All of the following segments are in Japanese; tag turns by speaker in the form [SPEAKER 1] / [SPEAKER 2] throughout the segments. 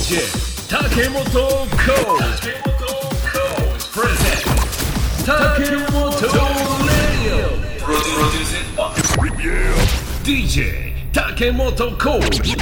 [SPEAKER 1] DJ 竹本コーチプレゼンツ竹本レディオプロデュース DJ 竹本コーチ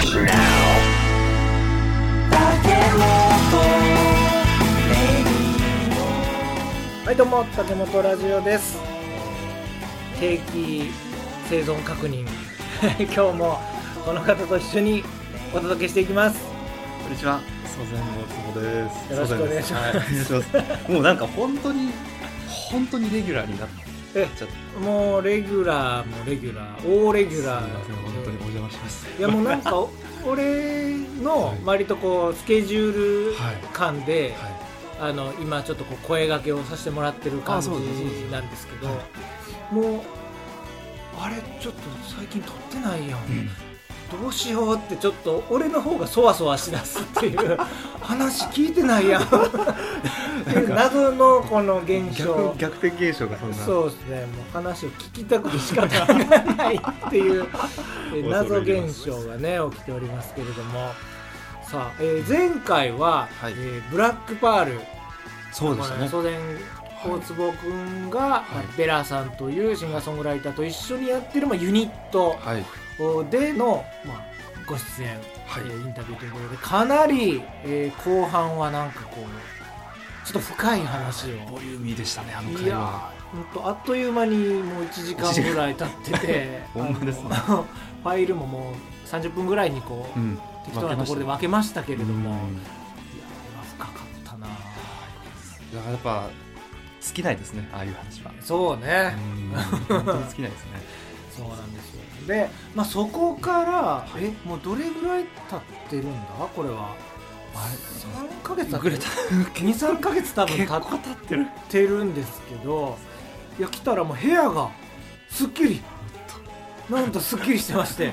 [SPEAKER 2] はい、どうも竹本ラジオです。定期生存確認今日もこの方と一緒にお届けしていきます。
[SPEAKER 3] こんにちは、ソゼンのつぼです。
[SPEAKER 2] よろしくお願いします。
[SPEAKER 3] お願いします。もうなんか本当にレギュラーになっちゃって、
[SPEAKER 2] もうレギュラーもレギュラー大レギュラー、
[SPEAKER 3] 本当にお邪魔します。
[SPEAKER 2] いやもうなんか俺の割とこうスケジュール感で、今ちょっとこう声掛けをさせてもらってる感じなんですけど、もうあれちょっと最近撮ってないやん、どうしようってちょっと俺の方がそわそわしだすっていう話聞いてないやん謎のこの現象、
[SPEAKER 3] 逆転現象がそんな。
[SPEAKER 2] そうですね、もう話を聞きたくて仕方がないっていう謎現象がね起きておりますけれども、さあ、前回は、ブラックパール、
[SPEAKER 3] そうですね、
[SPEAKER 2] ソゼン大坪くんが、ベラさんというシンガーソングライターと一緒にやってる、ユニットでの、ご出演、インタビューということで、かなり、後半はなんかこうちょっと深い話を、
[SPEAKER 3] ボリューミーでしたね、あの回は。
[SPEAKER 2] ほんとあっという間にもう1時間ぐらい経ってて
[SPEAKER 3] 本当ですね
[SPEAKER 2] ファイルももう30分ぐらいにこう、適当なところで分けましたけれども、いや深かったな。
[SPEAKER 3] やっぱ尽きないですね、ああいう話は。
[SPEAKER 2] そうね、
[SPEAKER 3] 本当に尽きないですね
[SPEAKER 2] そうなんですよ。で、そこからもうどれぐらい経ってるんだこれは。3ヶ月経ってる2,3 ヶ月多分経ってるんですけど、いや来たらもう部屋がすっきり、なんとすっきりしてまして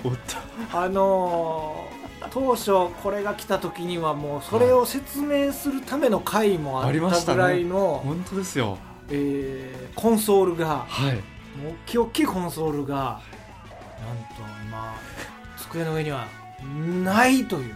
[SPEAKER 2] 当初これが来た時にはもうそれを説明するための回もあったぐらいの、
[SPEAKER 3] 本当ですよ、
[SPEAKER 2] コンソールが、もう大きいコンソールがなんと今机の上にはないという。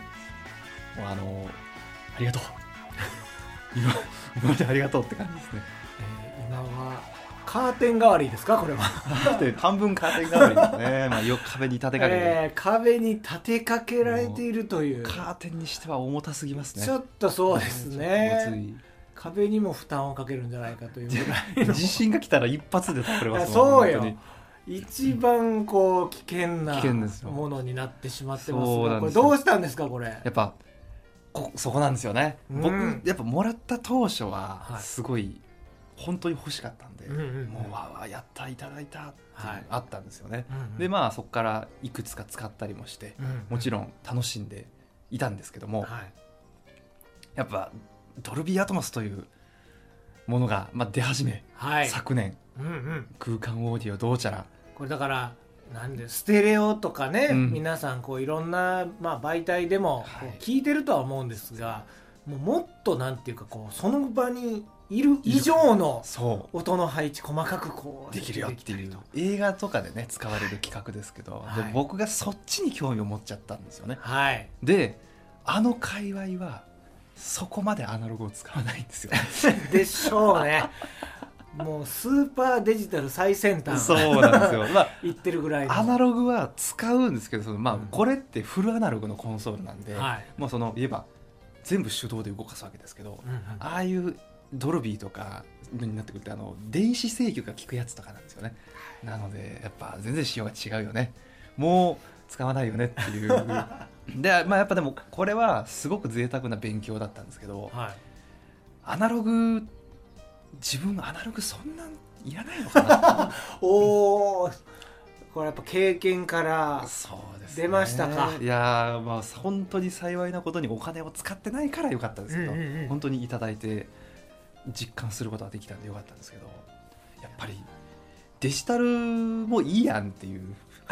[SPEAKER 3] ありがとう今までありがとうって感じですね。
[SPEAKER 2] 今はカーテン代わりですかこれは
[SPEAKER 3] 半分カーテン代わりですね壁に立てかけて、
[SPEAKER 2] 壁に立てかけられているという。
[SPEAKER 3] カーテンにしては重たすぎますね。
[SPEAKER 2] ちょっとそうですね、壁にも負担をかけるんじゃないかというぐらいの
[SPEAKER 3] 地震が来たら一発で倒れます
[SPEAKER 2] もん。そうよ、一番こう危険なものになってしまってますが、これどうしたんですかこれ。や
[SPEAKER 3] っぱそこなんですよね、僕やっぱもらった当初はすごい本当に欲しかったんで、もうわやったいただいたってあったんですよね、でそこからいくつか使ったりもして、もちろん楽しんでいたんですけども、やっぱドルビーアトモスというものが出始め、昨年、空間オーディオどうちゃら、
[SPEAKER 2] これだからなんでステレオとかね、皆さんこういろんな、媒体でもこう聞いてるとは思うんですが、もっとなんていうかこうその場にいる以上の音の配置細かくこう
[SPEAKER 3] できるよっていう、映画とかでね使われる企画ですけど、で僕がそっちに興味を持っちゃったんですよね、で界隈はそこまでアナログを使わないんですよ
[SPEAKER 2] でしょうねもうスーパーデジタル最先端、
[SPEAKER 3] そうなんですよ、
[SPEAKER 2] 言ってるぐらいの
[SPEAKER 3] アナログは使うんですけど、これってフルアナログのコンソールなんで、もう言えば全部手動で動かすわけですけど、ああいうドルビーとかになってくると電子制御が効くやつとかなんですよね。なのでやっぱ全然仕様が違うよね、もう使わないよねっていうで、やっぱでもこれはすごく贅沢な勉強だったんですけど、アナログ、自分アナログそんないらないのかな
[SPEAKER 2] おー、これやっぱ経験から出ましたか。
[SPEAKER 3] いや本当に幸いなことにお金を使ってないからよかったんですけど、本当にいただいて実感することができたんでよかったんですけど、やっぱりデジタルもいいやんっていう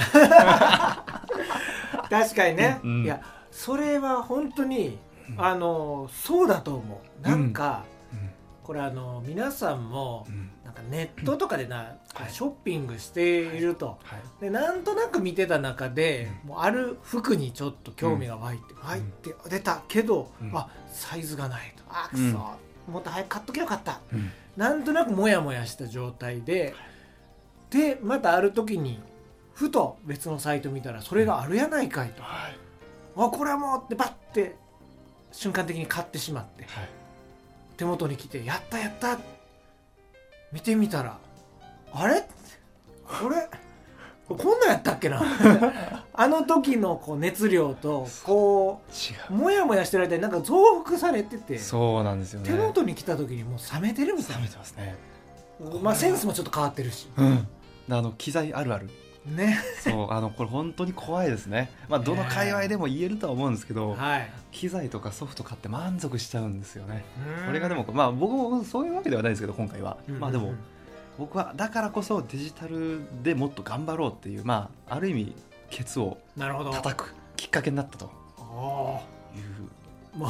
[SPEAKER 2] 確かにね、いやそれは本当にそうだと思う。なんか、 これ皆さんもなんかネットとかでショッピングしていると、でなんとなく見てた中で、もうある服にちょっと興味が湧いて、入って出たけど、サイズがないと、くそ、もっと早く買っとけばよかった、なんとなくモヤモヤした状態で、でまたある時にふと別のサイト見たらそれがあるやないかいと、これはもうってバッて瞬間的に買ってしまって、手元に来てやったやった見てみたら、あれこれこんなんやったっけなあの時のこう熱量とこうもやもやしてる間になんか増幅されてて、
[SPEAKER 3] そうなんですよね。
[SPEAKER 2] 手元に来た時にもう冷めてるみたいな。
[SPEAKER 3] 冷めてますね。
[SPEAKER 2] センスもちょっと変わってるし、
[SPEAKER 3] 機材あるある
[SPEAKER 2] ね、
[SPEAKER 3] そうこれ本当に怖いですね。どの界隈でも言えるとは思うんですけど、機材とかソフト買って満足しちゃうんですよね。これがでも僕もそういうわけではないですけど今回は、でも僕はだからこそデジタルでもっと頑張ろうっていう、ある意味ケツを叩くきっかけになったという。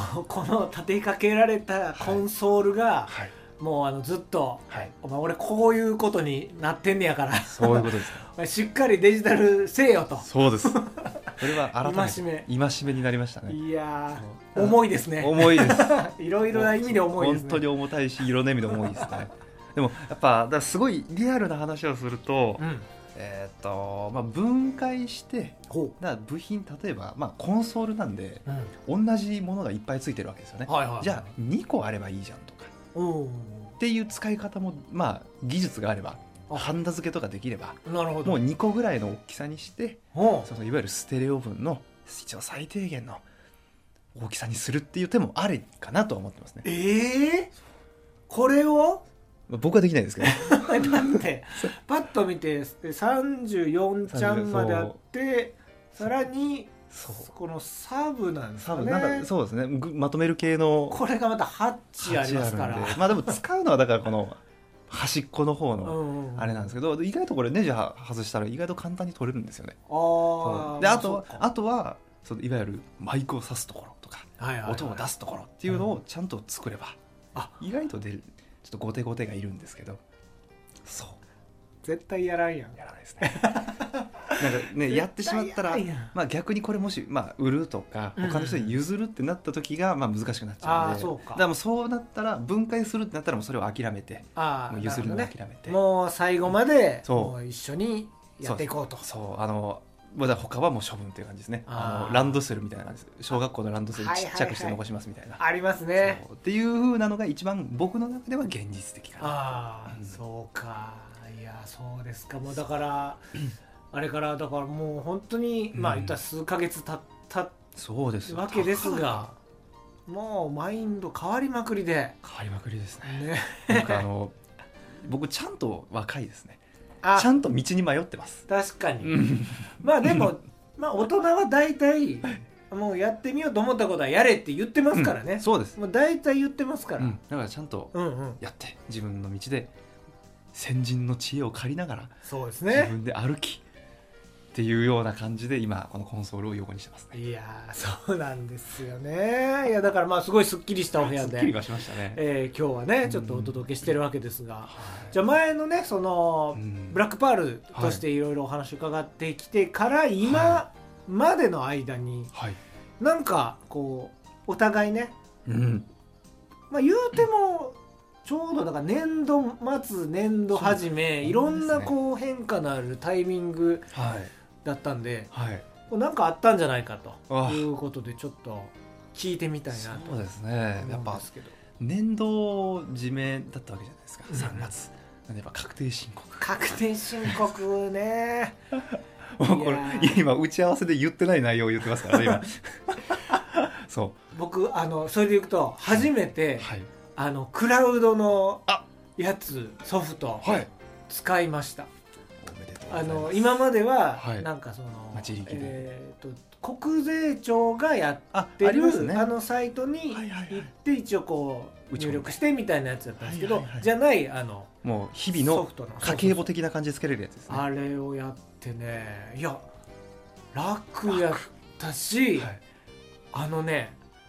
[SPEAKER 2] もうこの立てかけられたコンソールが、もうずっと、お前俺こういうことになってんねやから、
[SPEAKER 3] そういうことですか
[SPEAKER 2] しっかりデジタルせえよと。
[SPEAKER 3] そうです。それは改めて戒めになりましたね。
[SPEAKER 2] いや重いですね。
[SPEAKER 3] 重いです
[SPEAKER 2] いろいろな意味で重いですね。
[SPEAKER 3] 本当に重たいし色の意味で重いですね。でもやっぱすごいリアルな話をすると、分解して部品、例えばコンソールなんで、同じものがいっぱいついてるわけですよね。じゃあ2個あればいいじゃんとかっていう使い方も技術があれば、ハンダ付けとかできれば、もう2個ぐらいの大きさにして、そのいわゆるステレオ分の一応最低限の大きさにするっていう手もありかなとは思ってますね。
[SPEAKER 2] これを
[SPEAKER 3] 僕はできないですけど
[SPEAKER 2] だってパッと見て34ちゃんまであって、さらにこのサブなんですかね。
[SPEAKER 3] なんかそうですね、まとめる系の
[SPEAKER 2] これがまたハッチありますから。
[SPEAKER 3] でも使うのはだからこの端っこの方のあれなんですけど、意外とこれネジ外したら意外と簡単に取れるんですよね。であとはそのいわゆるマイクを挿すところとか、音を出すところっていうのをちゃんと作れば、意外と出る。ちょっと後手後手がいるんですけど、そう
[SPEAKER 2] 絶対やらんやん。
[SPEAKER 3] やらないですね。なんかねやってしまったら、逆にこれもし売るとか他の人に譲るってなった時が難しくなっちゃうんで、だからもうそうなったら分解するってなったらもうそれを諦めて、もう譲るのを諦めて、
[SPEAKER 2] もう最後までもう一緒にやっていこうと。
[SPEAKER 3] 他はもう処分という感じですね。ランドセルみたいな感じです。小学校のランドセルちっちゃくして残しますみたいな、
[SPEAKER 2] ありますね。
[SPEAKER 3] っていう風なのが一番僕の中では現実的かな。
[SPEAKER 2] そうか。いやそうですか。もうだからあれからだからもう本当に言ったら数ヶ月経ったわけですが、もうマインド変わりまくり
[SPEAKER 3] ですね。僕ちゃんと若いですね。ちゃんと道に迷ってます。
[SPEAKER 2] 確かに。でも大人は大体もうやってみようと思ったことはやれって言ってますからね。
[SPEAKER 3] そうです。
[SPEAKER 2] もう大体言ってますから。
[SPEAKER 3] だからちゃんとやって自分の道で先人の知恵を借りながら、そうですね、自分で歩きっていうような感じで今このコンソールを横にしてますね。
[SPEAKER 2] いやそうなんですよね。いやだからすごいすっきりしたお部屋で、
[SPEAKER 3] すっきりはしましたね。
[SPEAKER 2] 今日はねちょっとお届けしてるわけですが、じゃあ前のねそのブラックパールとしていろいろお話伺ってきてから今までの間に、なんかこうお互いね、言うてもちょうどだから年度末年度始め、いろんなこう変化のあるタイミングだったんで、なんかあったんじゃないかということでちょっと聞いてみたいなと。
[SPEAKER 3] そうですね。やっぱ年度締めだったわけじゃないですか。3月なんでやっぱ確定申
[SPEAKER 2] 告ね。
[SPEAKER 3] もうこれ今打ち合わせで言ってない内容を言ってますからね今。そう
[SPEAKER 2] 僕それでいくと初めて、クラウドのやつソフト使いました。今まではなんかその国税庁がやってるサイトに行って一応こう入力してみたいなやつだったんですけど、じゃない
[SPEAKER 3] もう日々の家計簿的な感じでつけれるやつですね。
[SPEAKER 2] あれをやってね、いや楽やったし、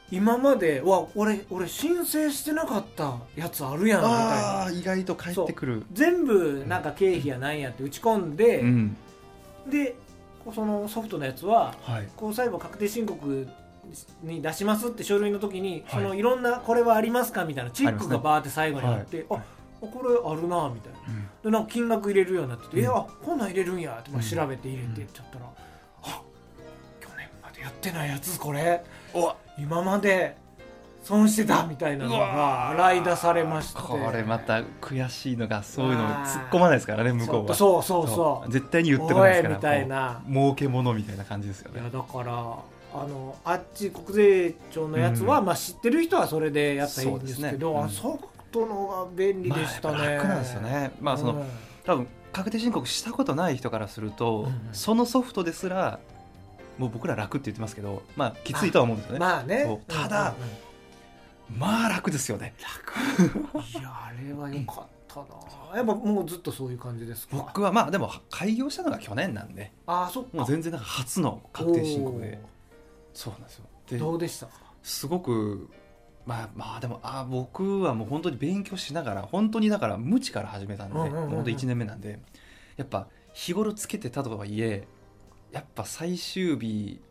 [SPEAKER 2] 今まで俺申請してなかったやつあるやんみたいな。
[SPEAKER 3] 意外と返ってくる。
[SPEAKER 2] 全部なんか経費やなんやって打ち込んで、でそのソフトのやつは、こう最後確定申告に出しますって書類の時に、そのいろんなこれはありますかみたいなチェックがバーって最後にあって、これあるなみたいな、でなんか金額入れるようになってて、こんなん入れるんやって調べて入れてちゃったら、去年までやってないやつこれ今まで損してたみたいなのが洗い出されまして、
[SPEAKER 3] これまた悔しいのがそういうのを突っ込まないですからね、向こうは。
[SPEAKER 2] そう
[SPEAKER 3] 絶対に言ってこないですから、
[SPEAKER 2] みたいな
[SPEAKER 3] 儲け物みたいな感じですよね。
[SPEAKER 2] いやだからあっち国税庁のやつは、知ってる人はそれでやったらいいんですけど、ソフトの方が便利でしたね。
[SPEAKER 3] 楽なんですよね。多分確定申告したことない人からすると、そのソフトですらもう僕ら楽って言ってますけど、きついとは思うんですよね。ただ、楽ですよね。
[SPEAKER 2] いやあれは良かったな。やっぱもうずっとそういう感じですか。
[SPEAKER 3] 僕はでも開業したのが去年なんで、
[SPEAKER 2] そっか、
[SPEAKER 3] もう全然初の確定申告で。そうなんですよ。で
[SPEAKER 2] どうでしたか？
[SPEAKER 3] すごくでも僕はもう本当に勉強しながら、本当にだから無知から始めたんで、本当1年目なんで、やっぱ日頃つけてたとはいえ、やっぱ最終日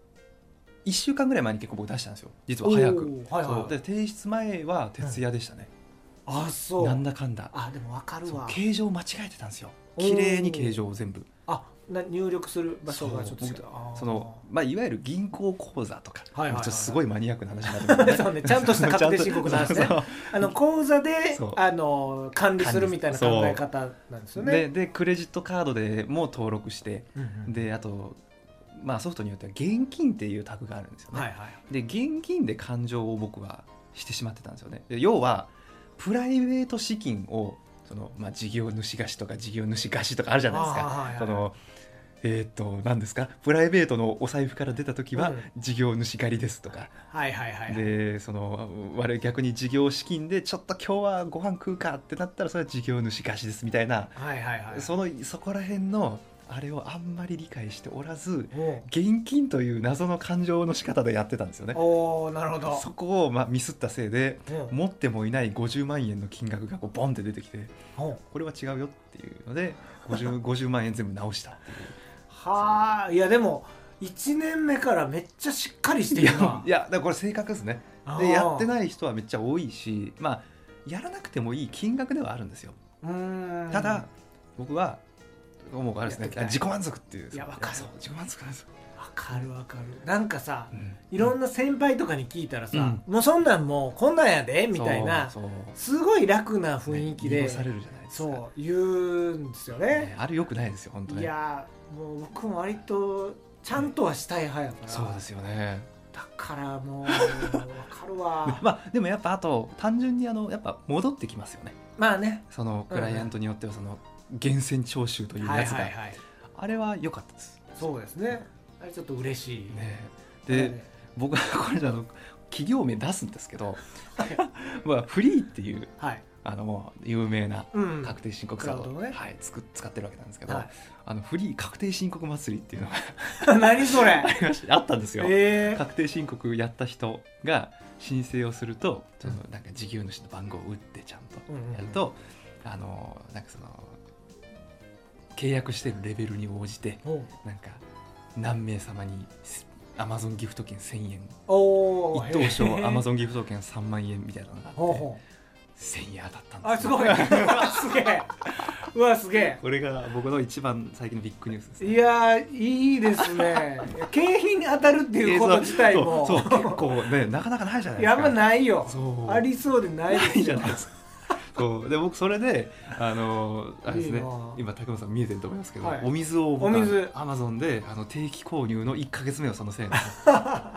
[SPEAKER 3] 1週間ぐらい前に結構僕出したんですよ、実は早く。で提出前は徹夜でしたね。
[SPEAKER 2] そう
[SPEAKER 3] なんだかんだ。
[SPEAKER 2] でも分かるわ。
[SPEAKER 3] 形状間違えてたんですよ。綺麗に形状を全部
[SPEAKER 2] 入力する場所がちょっと
[SPEAKER 3] いわゆる銀行口座とか、ちょっとすごいマニアックな話になるんで
[SPEAKER 2] そうね、ちゃんとした確定申告なんですね。口座で管理するみたいな考え方なんですよね。
[SPEAKER 3] でクレジットカードでも登録して、であとソフトによっては現金っていうタグがあるんですよね。で現金で勘定を僕はしてしまってたんですよね。要はプライベート資金を事業主貸しとか事業主貸しとかあるじゃないですか。何ですか、プライベートのお財布から出た時は事業主借りですとか、で逆に事業資金でちょっと今日はご飯食うかってなったらそれは事業主貸しですみたいな、そこら辺のあれをあんまり理解しておらず、現金という謎の勘定の仕方でやってたんですよね。
[SPEAKER 2] なるほど。
[SPEAKER 3] そこをミスったせいで、持ってもいない50万円の金額がボンって出てきて、これは違うよっていうので50万円全部直したっていう。
[SPEAKER 2] いやでも1年目からめっちゃしっかりしてるな。
[SPEAKER 3] いやだからこれ正確ですね。でやってない人はめっちゃ多いし、やらなくてもいい金額ではあるんですよ。ただ僕はもうあれですね、自己満足っていう。
[SPEAKER 2] いや分かる。
[SPEAKER 3] 自己満足なんですよ。
[SPEAKER 2] 分かる。なんかさ、いろんな先輩とかに聞いたらさ、もうそんなんもうこんなんやでみたいな、すごい楽な雰囲気で
[SPEAKER 3] されるじゃないですか。
[SPEAKER 2] 言うんですよね。
[SPEAKER 3] あれ良くないですよ本当に。
[SPEAKER 2] いやもう僕も割とちゃんとはしたい派やから。
[SPEAKER 3] そうですよね。
[SPEAKER 2] だからもう分かるわ。
[SPEAKER 3] でもやっぱあと単純にやっぱ戻ってきますよね。そのクライアントによっては源泉徴収というやつが、あれは良かったです。
[SPEAKER 2] そうですね。あれちょっと嬉しい
[SPEAKER 3] ね。で、僕はこれ企業名出すんですけど、フリーっていう、もう有名な確定申告サードを使ってるわけなんですけど、フリー確定申告祭りっていうのが
[SPEAKER 2] 何それ
[SPEAKER 3] あったんですよ。確定申告やった人が申請をすると、なんか事業主の番号を打ってちゃんとやると、なんか契約してるレベルに応じてなんか何名様にアマゾンギフト券1000円、一等賞アマゾンギフト券3万円みたいなのがあって1000円当たったんですよ。
[SPEAKER 2] すごいすげえ。うわすげえ。
[SPEAKER 3] これが僕の一番最近のビッグニュースです、ね。
[SPEAKER 2] いやいいですね。景品に当たるっていうこと自体も
[SPEAKER 3] そう結構ねなかなかないじゃないですか。
[SPEAKER 2] いやあんまないよ。ありそうでないです
[SPEAKER 3] じゃないですか。で僕それであれですね、今竹本さん見えてると思いますけど、お水を僕はアマゾンで定期購入の1ヶ月目をそのせいなんです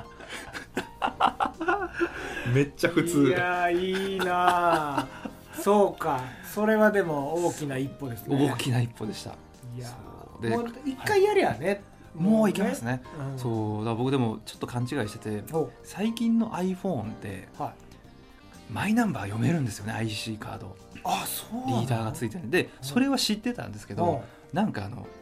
[SPEAKER 3] めっちゃ普通。
[SPEAKER 2] いやいいな。そうか、それはでも大きな一歩ですね。
[SPEAKER 3] 大きな一歩でした。
[SPEAKER 2] いやもう一回やりゃね、
[SPEAKER 3] もういけますね。そうだ、僕でもちょっと勘違いしてて、最近の iPhone って、マイナンバー読めるんですよね、IC カード。
[SPEAKER 2] そう
[SPEAKER 3] リーダーがついてるんで、それは知ってたんですけど、なんか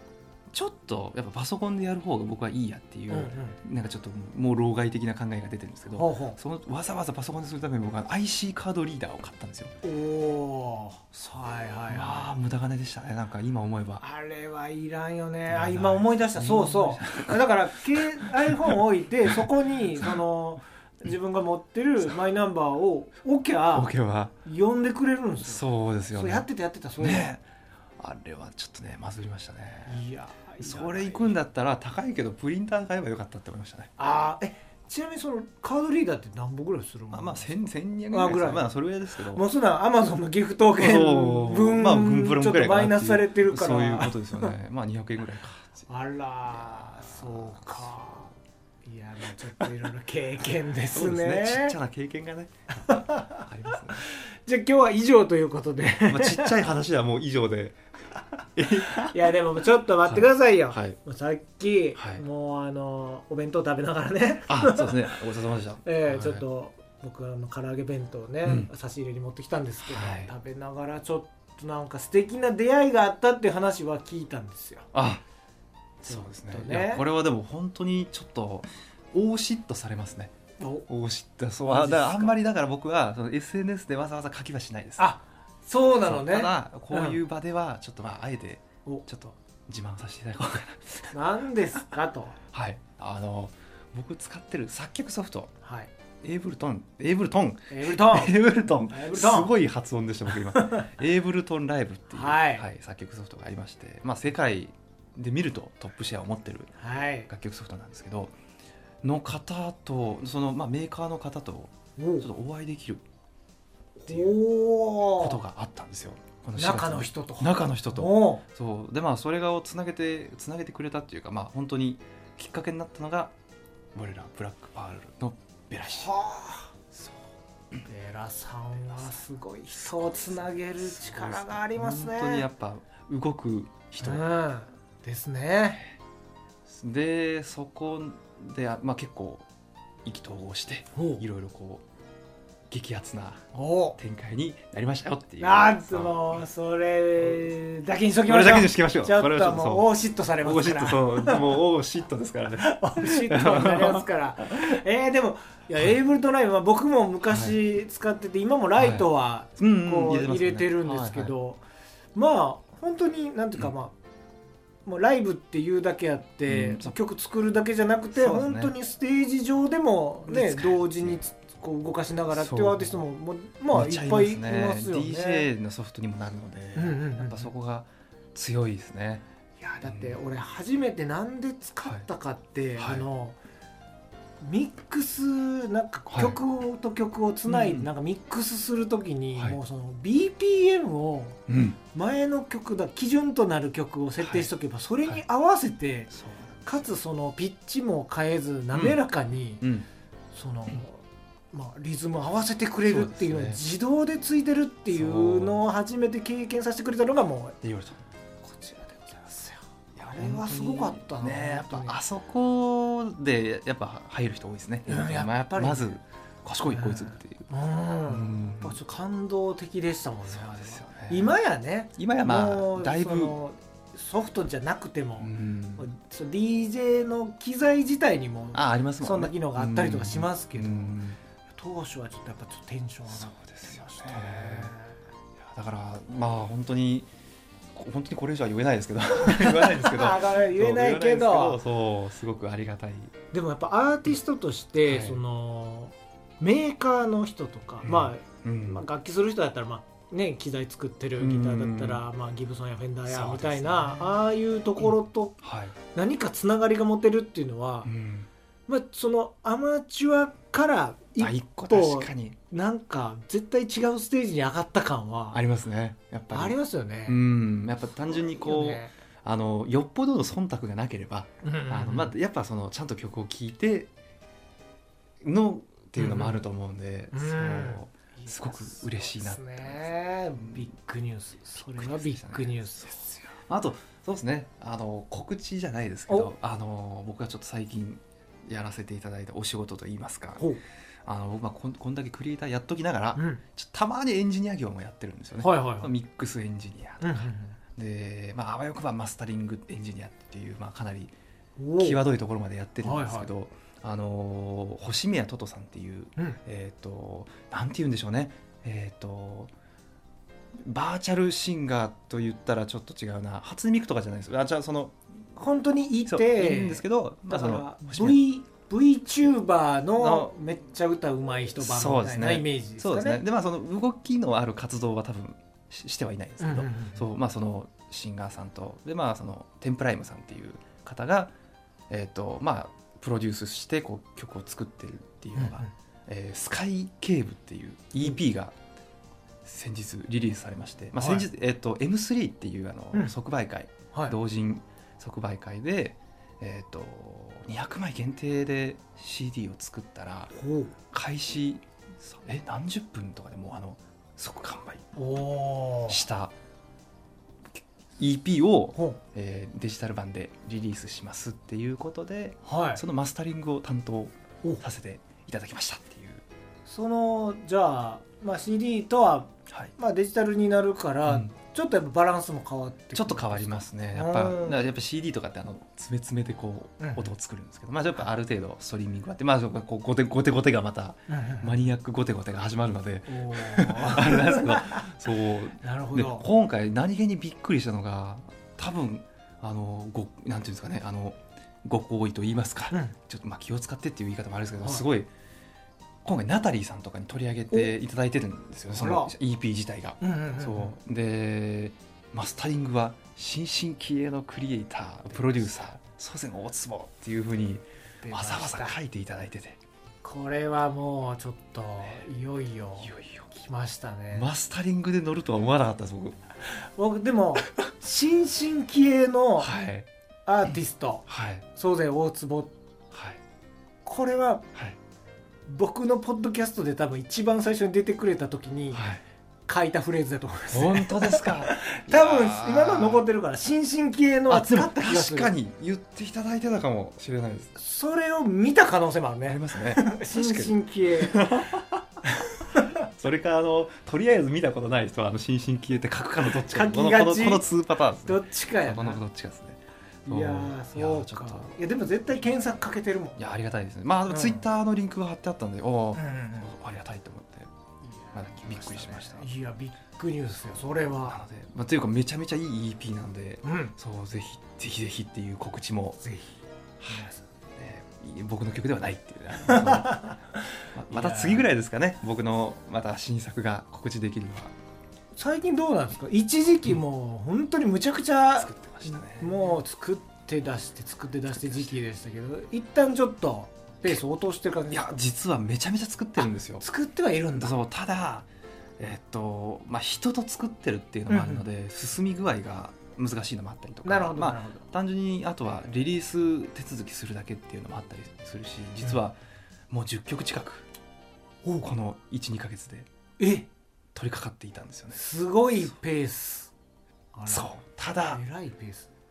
[SPEAKER 3] ちょっとやっぱパソコンでやる方が僕はいいやっていう、なんかちょっともう老害的な考えが出てるんですけど、そのわざわざパソコンでするために僕は IC カードリーダーを買ったんですよ。
[SPEAKER 2] はいはい
[SPEAKER 3] はい。無駄金でしたね。なんか今思えば
[SPEAKER 2] あれはいらんよね。今思い出した。そうだから iPhone を置いてそこにその自分が持ってるマイナンバーを置けば呼んでくれるんですよ。
[SPEAKER 3] そうですよね。
[SPEAKER 2] そうやってたそうね。
[SPEAKER 3] あれはちょっとねまずりましたね。
[SPEAKER 2] いや
[SPEAKER 3] それ行くんだったら高いけどプリンター買えばよかったって思いましたね。
[SPEAKER 2] ちなみにそのカードリーダーって何本ぐらいするもの？
[SPEAKER 3] 1200円ぐらい。まあそれぐらいですけど。
[SPEAKER 2] もうそんなアマゾンのギフト券分ちょっとマイナスされてるから。
[SPEAKER 3] そういうことですよね。まあ200円ぐらいか。
[SPEAKER 2] あら、そうか。いやちょっといろいろ経験ですね。
[SPEAKER 3] そうですね。ちっちゃな経験がねありますね。
[SPEAKER 2] じゃあ今日は以上ということで。
[SPEAKER 3] ちっちゃい話はもう以上で。
[SPEAKER 2] いやでもちょっと待ってくださいよ。もうさっき、もうお弁当食べながらね。
[SPEAKER 3] そうですね。ごちそうさまでした。
[SPEAKER 2] ちょっと僕唐揚げ弁当ね、差し入れに持ってきたんですけど、食べながらちょっとなんか素敵な出会いがあったっていう話は聞いたんですよ。
[SPEAKER 3] そうですね。これはでも本当にちょっと大嫉妬されますね。大嫉妬。そうだからあんまりだから僕はその SNS でわざわざ書きはしないです。
[SPEAKER 2] そうなのね。
[SPEAKER 3] ただこういう場ではちょっとあえてちょっと自慢させていただこうか
[SPEAKER 2] な。何ですかと。
[SPEAKER 3] 僕使ってる作曲ソフト、エイブルトンすごい発音でした僕今。エイブルトンライブっていう作曲ソフトがありまして、世界で見るとトップシェアを持ってる楽曲ソフトなんですけど、の方とそのメーカーの方とちょっとお会いできるっていうことがあったんですよ。
[SPEAKER 2] 中の人と
[SPEAKER 3] そうでそれがつなげてくれたっていうか、本当にきっかけになったのが我らブラックパールのベラ氏。
[SPEAKER 2] ベラさんはすごい人をつなげる力がありますね。
[SPEAKER 3] 本当にやっぱ動く人
[SPEAKER 2] ですね。
[SPEAKER 3] でそこで結構意気投合していろいろ激アツな展開になりましたよっていう。
[SPEAKER 2] もうそれだけにしときましょう。
[SPEAKER 3] それだけにしときましょう。
[SPEAKER 2] ちょっともう大嫉妬されますから。
[SPEAKER 3] もう大嫉妬ですからね。
[SPEAKER 2] 大嫉妬になりますから。でもエイブルトンライブ僕も昔使ってて、今もライトは入れてるんですけど、本当になんていうかもうライブっていうだけあって、曲作るだけじゃなくて、本当にステージ上でもね同時に動かしながらっていうアーティストもいっぱいいますよね。
[SPEAKER 3] DJ のソフトにもなるので、やっぱそこが強いですね。
[SPEAKER 2] いやだって俺初めてなんで使ったかって、ミックスなんか曲と曲をつないでなんかミックスするときに、もうその BPM を前の曲基準となる曲を設定しとけば、それに合わせてかつそのピッチも変えず滑らかにそのリズムを合わせてくれるっていうのを自動でついてるっていうのを初めて経験させてくれたのがもうこちらでございますよ。あれはすごかったね。
[SPEAKER 3] やっぱあそこでやっぱ入る人多いですね。やっぱりまず賢いこいつっていう、
[SPEAKER 2] ちょっと感動的でしたもんね。
[SPEAKER 3] そうですよね。
[SPEAKER 2] 今や
[SPEAKER 3] だいぶ
[SPEAKER 2] ソフトじゃなくても、DJ の機材自体にもそんな機能があったりとかしますけど、当初はちょっとやっぱテンション上がってましたね。
[SPEAKER 3] だから本当にこれ以上は言えないですけど
[SPEAKER 2] 言えないけど
[SPEAKER 3] そうすごくありがたい。
[SPEAKER 2] でもやっぱアーティストとして、そのメーカーの人とか、楽器する人だったら機材作ってるギターだったら、ギブソンやフェンダーやみたいな、ああいうところと何かつながりが持てるっていうのは、そのアマチュアから一歩なんか絶対違うステージに上がった感は
[SPEAKER 3] ありますね。やっぱり
[SPEAKER 2] ありますよね。
[SPEAKER 3] やっぱ単純によっぽどの忖度がなければ、やっぱそのちゃんと曲を聴いてのっていうのもあると思うんで、すごく嬉しいなって思いますね。
[SPEAKER 2] ビッグニュース。それはビッグニュースですよ。
[SPEAKER 3] あとそうですね、告知じゃないですけど、僕がちょっと最近やらせていただいたお仕事といいますか、僕はこんだけクリエイターやっときながら、たまにエンジニア業もやってるんですよね。ミックスエンジニアとか、 で、あわよくばマスタリングエンジニアっていう、かなり際どいところまでやってるんですけど、星宮トトさんっていう、なんて言うんでしょうね、バーチャルシンガーと言ったらちょっと違うな、初音ミクとかじゃないですよ。じゃあその
[SPEAKER 2] 本当にいて
[SPEAKER 3] いるんですけど、
[SPEAKER 2] だから VTuber のめっちゃ歌うまい人版みたいなイメージですかね。
[SPEAKER 3] そうですね。でその動きのある活動は多分してはいないんですけど、そのシンガーさんとでそのテンプライムさんっていう方がプロデュースしてこう曲を作ってるっていうのが、スカイケーブっていう EP が先日リリースされまして、先日、M3 っていう即売会、同人即売会で、200枚限定で CD を作ったら開始何十分とかでもう即完売した EP を、デジタル版でリリースしますっていうことで、そのマスタリングを担当させていただきましたっていう。
[SPEAKER 2] そのじゃあ、CD とは、デジタルになるから、ちょっとやっぱバランスも変わってくる。
[SPEAKER 3] ちょっと変わりますね。やっぱ CD とかって詰めでこう音を作るんですけど、やっぱある程度ストリーミングがあって、こうゴテゴテがまたマニアックゴテゴテが始まるのであれなんですけど、そう
[SPEAKER 2] なるほど。
[SPEAKER 3] で今回何気にびっくりしたのが、多分なんていうんですかね、ご好意と言いますか、ちょっと気を使ってっていう言い方もあるんですけど、すごい今回ナタリーさんとかに取り上げていただいてるんですよね、その EP 自体が。そうでマスタリングは新進気鋭のクリエイタープロデューサー祖先大坪っていう風にわざわざ書いていただいてて、
[SPEAKER 2] これはもうちょっといよいよ来ましたね。
[SPEAKER 3] マスタリングで乗るとは思わなかったです
[SPEAKER 2] 僕でも新進気鋭のアーティスト、宗全大坪、これは、僕のポッドキャストで多分一番最初に出てくれた時に書いたフレーズだと思います、
[SPEAKER 3] 本当ですか
[SPEAKER 2] 多分今の残ってるから新進気鋭の使った気がする。
[SPEAKER 3] 確かに言っていただいてたかもしれないです。
[SPEAKER 2] それを見た可能性もあるね。
[SPEAKER 3] ありますね
[SPEAKER 2] 新進気鋭
[SPEAKER 3] それかとりあえず見たことない人は新進気鋭って書くかのどっちか、
[SPEAKER 2] 書きがち、
[SPEAKER 3] この2パターンですね。
[SPEAKER 2] どっちかやな。
[SPEAKER 3] このどっちかですね。
[SPEAKER 2] いやそうか。いやでも絶対検索かけてるもん。
[SPEAKER 3] いやありがたいですね。ツイッターのリンクが貼ってあったんで、ありがたいと思ってびっくりしました。
[SPEAKER 2] いやビッグニュースよそれは。
[SPEAKER 3] なのでというかめちゃめちゃいい EP なんで、そうぜひっていう告知もぜひ、僕の曲ではないっていうまた次ぐらいですかね、僕のまた新作が告知できるのは。
[SPEAKER 2] 最近どうなんですか。一時期もう本当にむちゃくちゃ
[SPEAKER 3] 作ってましたね。
[SPEAKER 2] もう作って出して時期でしたけど、一旦ちょっとペースを落としてる感じ。
[SPEAKER 3] いや実はめちゃめちゃ作ってるんですよ。
[SPEAKER 2] 作ってはいるんだ。
[SPEAKER 3] そうただ人と作ってるっていうのもあるので、進み具合が難しいのもあったりとか、
[SPEAKER 2] なるほど、
[SPEAKER 3] 単純にあとはリリース手続きするだけっていうのもあったりするし、実はもう10曲近くこの 1,2 ヶ月で取り掛かっていたんですよね。
[SPEAKER 2] すごいペース。
[SPEAKER 3] そうただ
[SPEAKER 2] 偉いペース。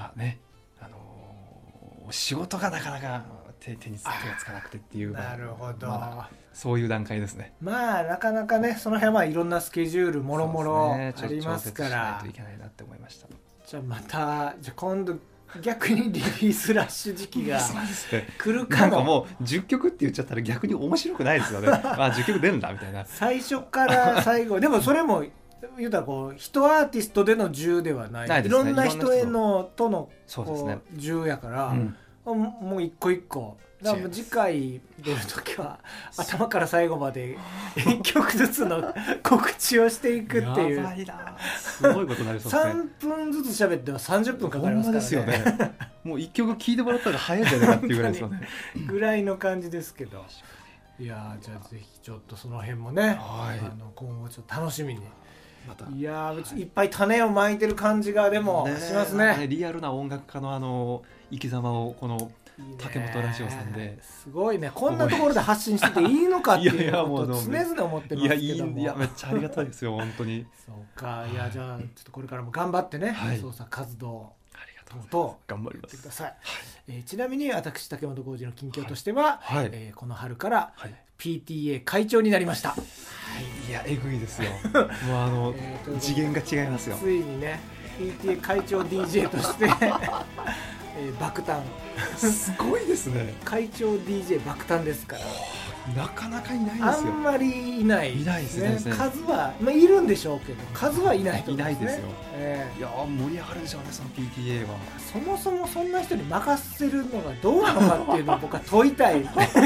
[SPEAKER 3] 仕事がなかなか手がつかなくてっていう。
[SPEAKER 2] なるほど、
[SPEAKER 3] そういう段階ですね。
[SPEAKER 2] なかなかねその辺はいろんなスケジュールもろもろありますから、
[SPEAKER 3] 調節しないといけないなって思いました。
[SPEAKER 2] じゃあ今度逆にリリースラッシュ時期が来るかも。
[SPEAKER 3] なんかもう10曲って言っちゃったら逆に面白くないですよね10曲出るんだみたいな。
[SPEAKER 2] 最初から最後でもそれも言うたら一アーティストでの10ではない、いろんな人へのとの10やから、もう一個一個だから次回出るときは頭から最後まで1曲ずつの告知をしていくっていう。
[SPEAKER 3] やばいな、すごいことになりそうですね。
[SPEAKER 2] 3分ずつ喋っては30分かかりますからね。
[SPEAKER 3] ほんまですよねもう1曲聴いてもらったら早いんじゃないかっていうぐらいですよね
[SPEAKER 2] ぐらいの感じですけど、いやじゃあぜひちょっとその辺もね、今後ちょっと楽しみに。いやいっぱい種をまいてる感じがでもしますね。
[SPEAKER 3] リアルな音楽家の生き様をこの竹本ラジオさん
[SPEAKER 2] ですごいね。こんなところで発信してていいのかっていうことを常々思ってますけども。
[SPEAKER 3] いやめっちゃありがたいですよ本当に。
[SPEAKER 2] そうか。いやじゃあちょっとこれからも頑張ってね、創作活動と
[SPEAKER 3] 頑張ります。
[SPEAKER 2] ください。ちなみに私竹本浩二の近況としては、この春から PTA 会長になりました。
[SPEAKER 3] いやえぐいですよもう次元が違いますよ。
[SPEAKER 2] ついにね PTA 会長 DJ として爆誕
[SPEAKER 3] すごいですね。
[SPEAKER 2] 会長 DJ 爆誕ですから
[SPEAKER 3] なかなかいないですよ。
[SPEAKER 2] あんまりいない
[SPEAKER 3] ですね。
[SPEAKER 2] 数は、まあ、いるんでしょうけど数はいないと思いますね。
[SPEAKER 3] いないですよ。いや盛り上がるでしょうね、その PTA は。
[SPEAKER 2] そもそもそんな人に任せるのがどうなのかっていうのを僕は問いたい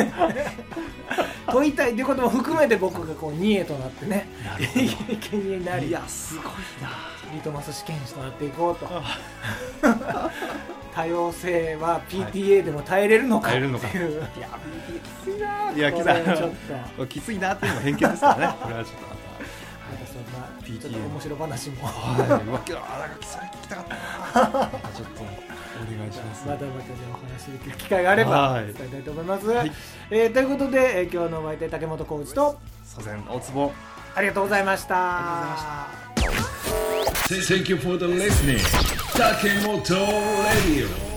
[SPEAKER 2] 問いたいということも含めて僕がこうニエとなってね生贄になり、
[SPEAKER 3] いやすごいな、
[SPEAKER 2] リトマス試験紙となっていこうと多様性は PTA でも耐えれるのかっていう。いや
[SPEAKER 3] PTA きついな。いやきついなっていうのも偏見ですからねこれはちょっと
[SPEAKER 2] またそんな PTA ちょっと面白話も
[SPEAKER 3] はい、なんかそれ聞きたかったなちょっとお願いします。
[SPEAKER 2] まだまだじゃあお話できる機会があれば伝えたいと思います、はい。ということで、今日のお相手竹本浩二と
[SPEAKER 3] 祖先大坪、
[SPEAKER 2] ありがとうございました。
[SPEAKER 1] Thank you for the listening. Takemoto Radio.